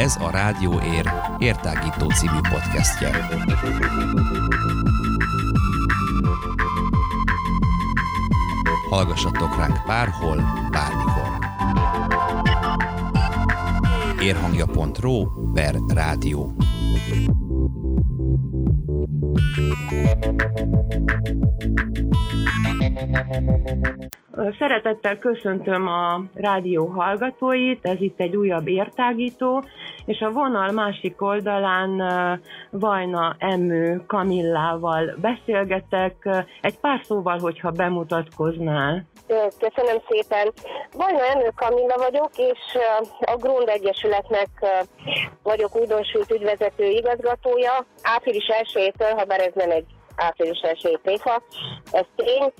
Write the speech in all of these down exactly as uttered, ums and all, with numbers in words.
Ez a Rádió Ér Értágító című podcastje. Hallgassatok ránk bárhol, bármikor. érhangja pont ro per rádió. Szeretettel köszöntöm a rádió hallgatóit, ez itt egy újabb értágító, és a vonal másik oldalán Vajna Emmő Kamillával beszélgetek. Egy pár szóval, hogyha bemutatkoznál. Köszönöm szépen. Vajna Emmő Kamilla vagyok, és a Grund Egyesületnek vagyok újdonsült ügyvezető igazgatója. április elsejétől, ha bár ez nem egy április elsejét tréfa, ez tény,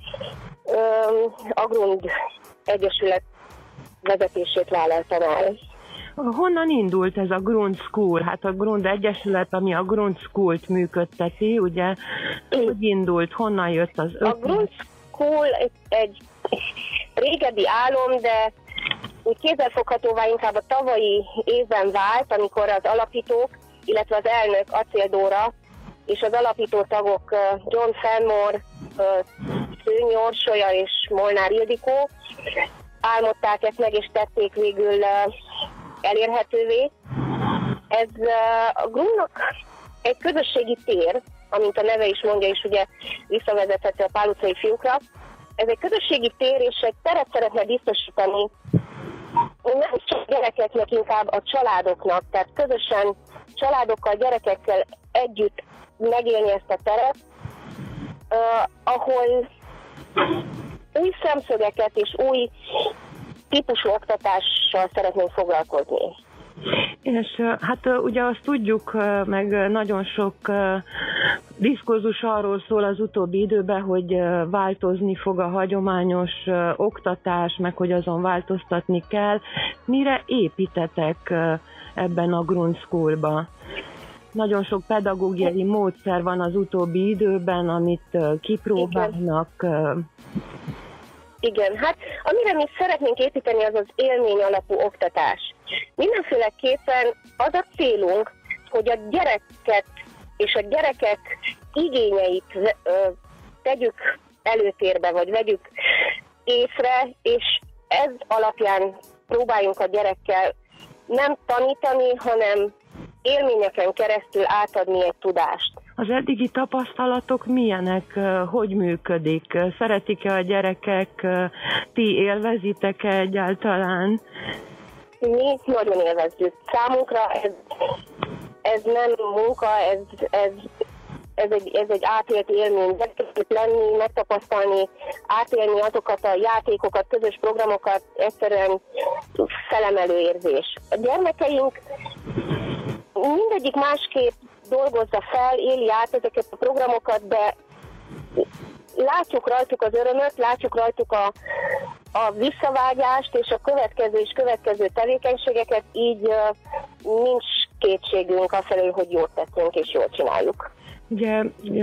a Grund Egyesület vezetését vállaltam el. Honnan indult ez a Grund School? Hát a Grund Egyesület, ami a Grund School-t működteti, ugye? Hogy indult? Honnan jött az ötlet? A Grund School egy, egy régebbi álom, de úgy kézzelfoghatóvá inkább a tavalyi évben vált, amikor az alapítók, illetve az elnök Acél Dóra és az alapító tagok John Fenmore, Szőnyi Orsolya és Molnár Ildikó álmodták ezt meg, és tették végül elérhetővé. Ez a Grundnak egy közösségi tér, amint a neve is mondja, és ugye visszavezethető a Pál utcai fiúkra. Ez egy közösségi tér, és egy teret szeretne biztosítani nem csak gyerekeknek, inkább a családoknak, tehát közösen családokkal, gyerekekkel együtt megélni ezt a teret, uh, ahol új szemszögeket és új típusú oktatással szeretnénk foglalkozni. És hát ugye azt tudjuk, meg nagyon sok diszkurzus arról szól az utóbbi időben, hogy változni fog a hagyományos oktatás, meg hogy azon változtatni kell. Mire építetek ebben a Grund School-ba? Nagyon sok pedagógiai módszer van az utóbbi időben, amit kipróbálnak. Igen. Igen, hát amire mi szeretnénk építeni, az az élmény alapú oktatás. Mindenféleképpen az a célunk, hogy a gyereket és a gyerekek igényeit ö, tegyük előtérbe, vagy vegyük észre, és ez alapján próbáljunk a gyerekkel nem tanítani, hanem élményeken keresztül átadni egy tudást. Az eddigi tapasztalatok milyenek, hogy működik? Szeretik-e a gyerekek, ti élvezitek-e egyáltalán? Mi nagyon élvezzük. Számunkra ez, ez nem munka, ez, ez, ez, egy, ez egy átélt élmény. Gyerekeket lenni, megtapasztalni, átélni azokat a játékokat, közös programokat, egyszerűen felemelő érzés. A gyermekeink mindegyik másképp dolgozza fel, éli át ezeket a programokat, de látjuk rajtuk az örömöt, látjuk rajtuk a, a visszavágyást és a következő és következő tevékenységeket, így uh, nincs kétségünk afelől, hogy jót teszünk és jól csináljuk. Ugye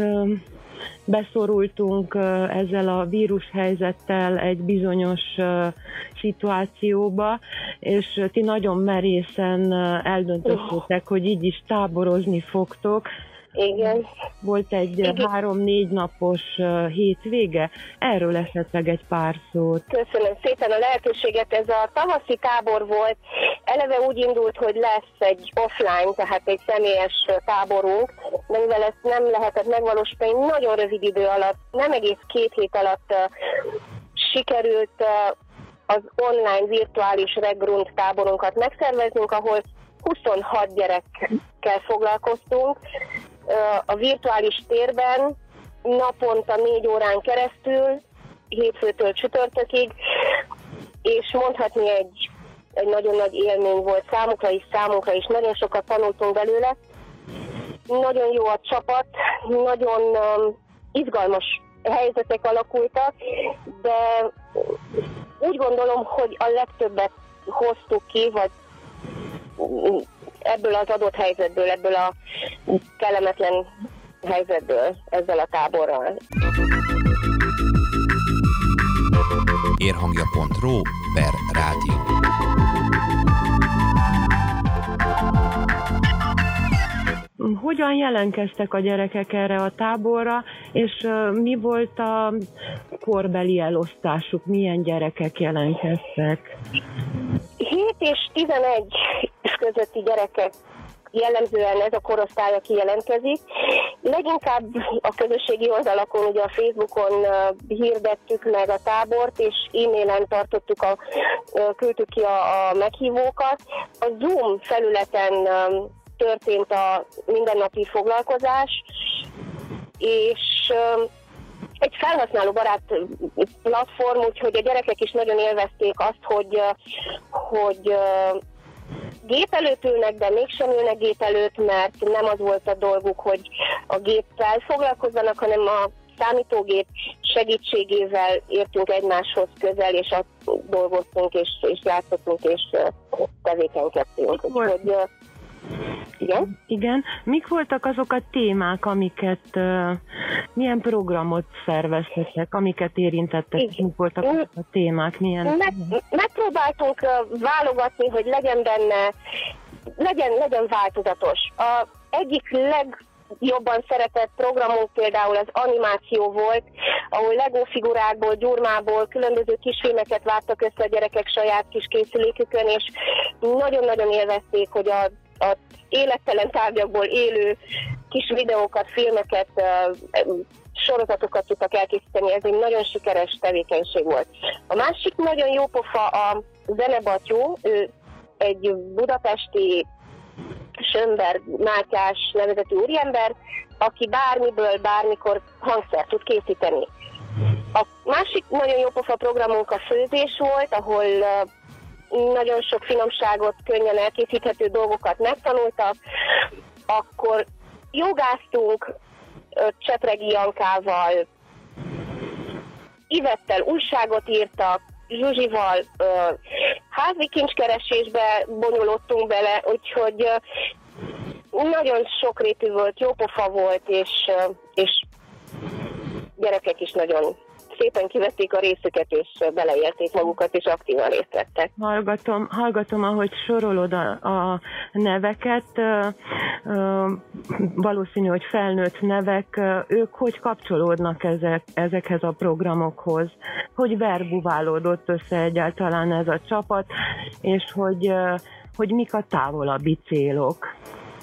beszorultunk ezzel a vírushelyzettel egy bizonyos szituációba, és ti nagyon merészen eldöntöttétek, hogy így is táborozni fogtok. Igen. Volt egy Igen. három-négy napos hétvége. Erről esetleg egy pár szót. Köszönöm szépen a lehetőséget. Ez a tavaszi tábor volt. Eleve úgy indult, hogy lesz egy offline, tehát egy személyes táborunk, de mivel ezt nem lehetett megvalósítani, nagyon rövid idő alatt, nem egész két hét alatt uh, sikerült uh, az online virtuális Grund táborunkat megszerveznünk, ahol huszonhat gyerekkel foglalkoztunk a virtuális térben naponta négy órán keresztül, hétfőtől csütörtökig, és mondhatni egy, egy nagyon nagy élmény volt számukra is, számunkra is, nagyon sokat tanultunk belőle. Nagyon jó a csapat, nagyon um, izgalmas helyzetek alakultak, de úgy gondolom, hogy a legtöbbet hoztuk ki, vagy ebből az adott helyzetből, ebből a kellemetlen helyzetből, ezzel a táborral. érhangja pont ro per rádió. hogyan jelentkeztek a gyerekek erre a táborra, és mi volt a korbeli elosztásuk, milyen gyerekek jelentkeztek? hét és tizenegy közötti gyerekek jellemzően ez a korosztály, aki jelentkezik. Leginkább a közösségi oldalakon, ugye a Facebookon hirdettük meg a tábort, és e-mailen tartottuk a, küldtük ki a, a meghívókat. A Zoom felületen történt a mindennapi foglalkozás, és egy felhasználóbarát platform, úgyhogy a gyerekek is nagyon élvezték azt, hogy, hogy gép előtt ülnek, de mégsem ülnek gép előtt, mert nem az volt a dolguk, hogy a géppel foglalkozzanak, hanem a számítógép segítségével értünk egymáshoz közel, és azt dolgoztunk, és, és játszottunk, és tevékenykedtünk. Úgyhogy igen? Igen. Mik voltak azok a témák, amiket, uh, milyen programot szerveztetek, amiket érintettek? Igen. Mik voltak azok a témák? Milyen... Meg, megpróbáltunk uh, válogatni, hogy legyen benne, legyen, legyen változatos. A egyik legjobban szeretett programunk például az animáció volt, ahol Lego figurákból, gyurmából különböző kisfilmeket vágtak össze a gyerekek saját kis készülékükön, és nagyon-nagyon élvezték, hogy a az élettelen tárgyakból élő kis videókat, filmeket, sorozatokat tudtak elkészíteni, ez egy nagyon sikeres tevékenység volt. A másik nagyon jó pofa a Zenebatyó, ő egy budapesti Sönberg Mátyás nevezetű úriember, aki bármiből, bármikor hangszert tud készíteni. A másik nagyon jó pofa programunk a főzés volt, ahol nagyon sok finomságot, könnyen elkészíthető dolgokat megtanultak. Akkor jogáztunk Csepregi Jankával, Ivettel újságot írtak, Zsuzsival házi kincskeresésbe bonyolódtunk bele, úgyhogy nagyon sokrétű volt, jópofa volt, és, és gyerekek is nagyon szépen kivették a részüket, és beleélték magukat, és aktívan részt vettek. Hallgatom, hallgatom, ahogy sorolod a, a neveket, ö, ö, valószínű, hogy felnőtt nevek, ők hogy kapcsolódnak ezek, ezekhez a programokhoz? Hogy verbuválódott össze egyáltalán ez a csapat, és hogy, hogy mik a távolabbi célok?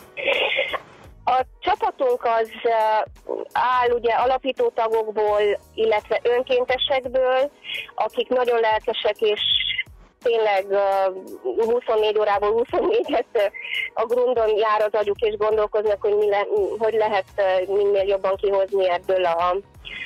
A csapatunk az áll ugye alapító tagokból, illetve önkéntesekből, akik nagyon lelkesek, és tényleg huszonnégy órából huszonnégyet a grundon jár az agyuk, és gondolkoznak, hogy mi le, hogy lehet minél jobban kihozni ebből a,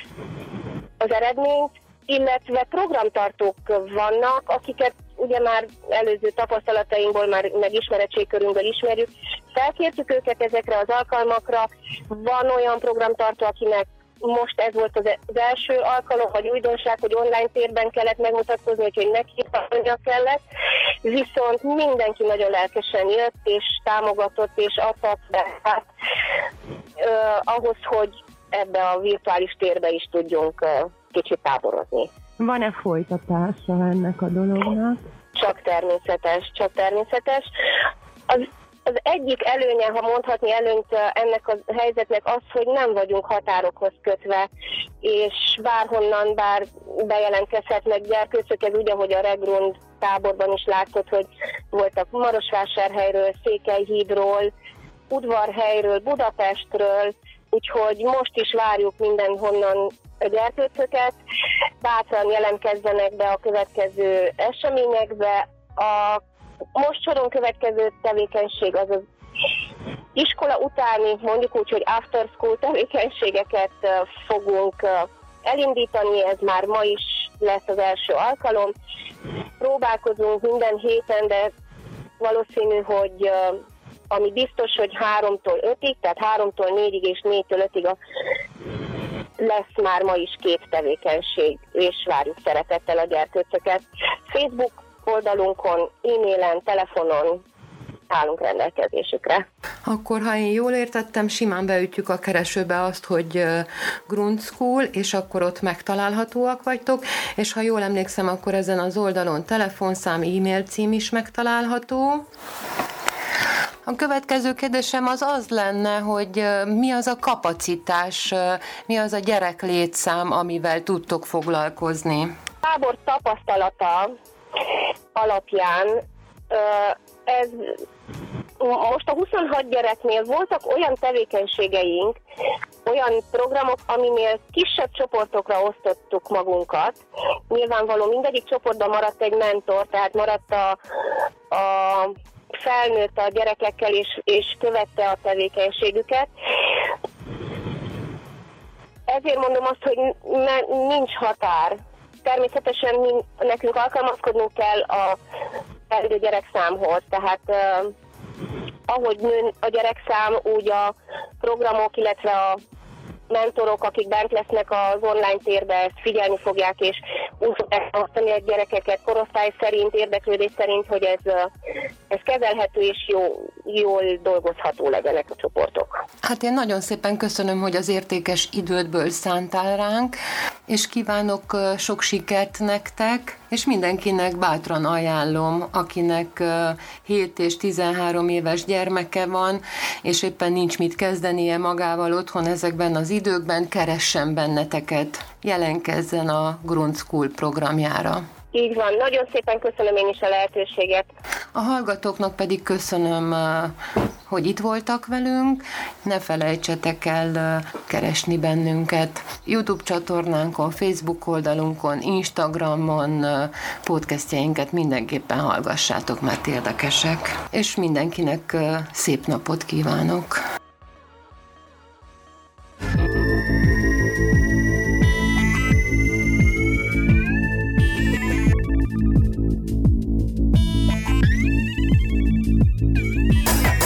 az eredményt, illetve programtartók vannak, akiket ugye már előző tapasztalatainkból, már meg ismeretségkörünkből ismerjük. Felkértük őket ezekre az alkalmakra. Van olyan programtartó, akinek most ez volt az első alkalom, vagy újdonság, hogy online térben kellett megmutatkozni, hogy neki tanulnia kellett. Viszont mindenki nagyon lelkesen jött, és támogatott, és adta hát, eh, ahhoz, hogy ebbe a virtuális térbe is tudjunk eh, kicsit táborozni. Van-e folytatása ennek a dolognak? Csak természetes, csak természetes. Az, az egyik előnye, ha mondhatni előnyt ennek a helyzetnek az, hogy nem vagyunk határokhoz kötve, és bárhonnan bár bejelentkezhetnek gyerkőcök, ez úgy, ahogy a Regrund táborban is látszott, hogy voltak Marosvásárhelyről, Székelyhídról, Udvarhelyről, Budapestről, úgyhogy most is várjuk mindenhonnan a gyerkőcöket, bátran jelentkezzenek be a következő eseményekbe. A most soron következő tevékenység az az iskola utáni, mondjuk úgy, hogy after school tevékenységeket fogunk elindítani, ez már ma is lesz az első alkalom. Próbálkozunk minden héten, de valószínű, hogy ami biztos, hogy háromtól ötig, tehát háromtól négyig és négytől ötig a lesz már ma is két tevékenység, és várjuk szeretettel a gyerkőcöket. Facebook oldalunkon, e-mailen, telefonon állunk rendelkezésükre. Akkor, ha én jól értettem, simán beütjük a keresőbe azt, hogy Grund School, és akkor ott megtalálhatóak vagytok, és ha jól emlékszem, akkor ezen az oldalon telefonszám, e-mail cím is megtalálható. A következő kérdésem az az lenne, hogy mi az a kapacitás, mi az a gyereklétszám, amivel tudtok foglalkozni? Tábor tapasztalata alapján ez most a huszonhat gyereknél voltak olyan tevékenységeink, olyan programok, aminél kisebb csoportokra osztottuk magunkat. Nyilvánvaló mindegyik csoportban maradt egy mentor, tehát maradt a, a felnőtt a gyerekekkel és, és követte a tevékenységüket. Ezért mondom azt, hogy ne, nincs határ. Természetesen mi, nekünk alkalmazkodnunk kell a felnőtt gyerekszámhoz, tehát uh, ahogy nő a gyerekszám, úgy a programok, illetve a mentorok, akik bent lesznek az online térben, ezt figyelni fogják, és úgy fogják osztani a gyerekeket korosztály szerint, érdeklődés szerint, hogy ez, ez kezelhető és jó, jól dolgozható legyenek a csoportok. Hát én nagyon szépen köszönöm, hogy az értékes idődből szántál ránk, és kívánok sok sikert nektek, és mindenkinek bátran ajánlom, akinek hét és tizenhárom éves gyermeke van, és éppen nincs mit kezdenie magával otthon ezekben az időkben, keressen benneteket, jelentkezzen a Grundschool programjára. Így van, nagyon szépen köszönöm én is a lehetőséget. A hallgatóknak pedig köszönöm, hogy itt voltak velünk. Ne felejtsetek el keresni bennünket YouTube csatornánkon, Facebook oldalunkon, Instagramon, podcastjainkat mindenképpen hallgassátok, mert érdekesek. És mindenkinek szép napot kívánok!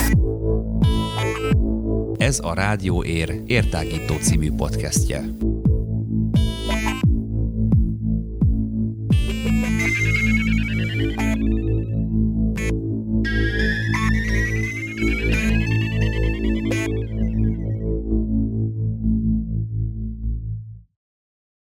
Ez a Rádió Ér értágító című podcastje.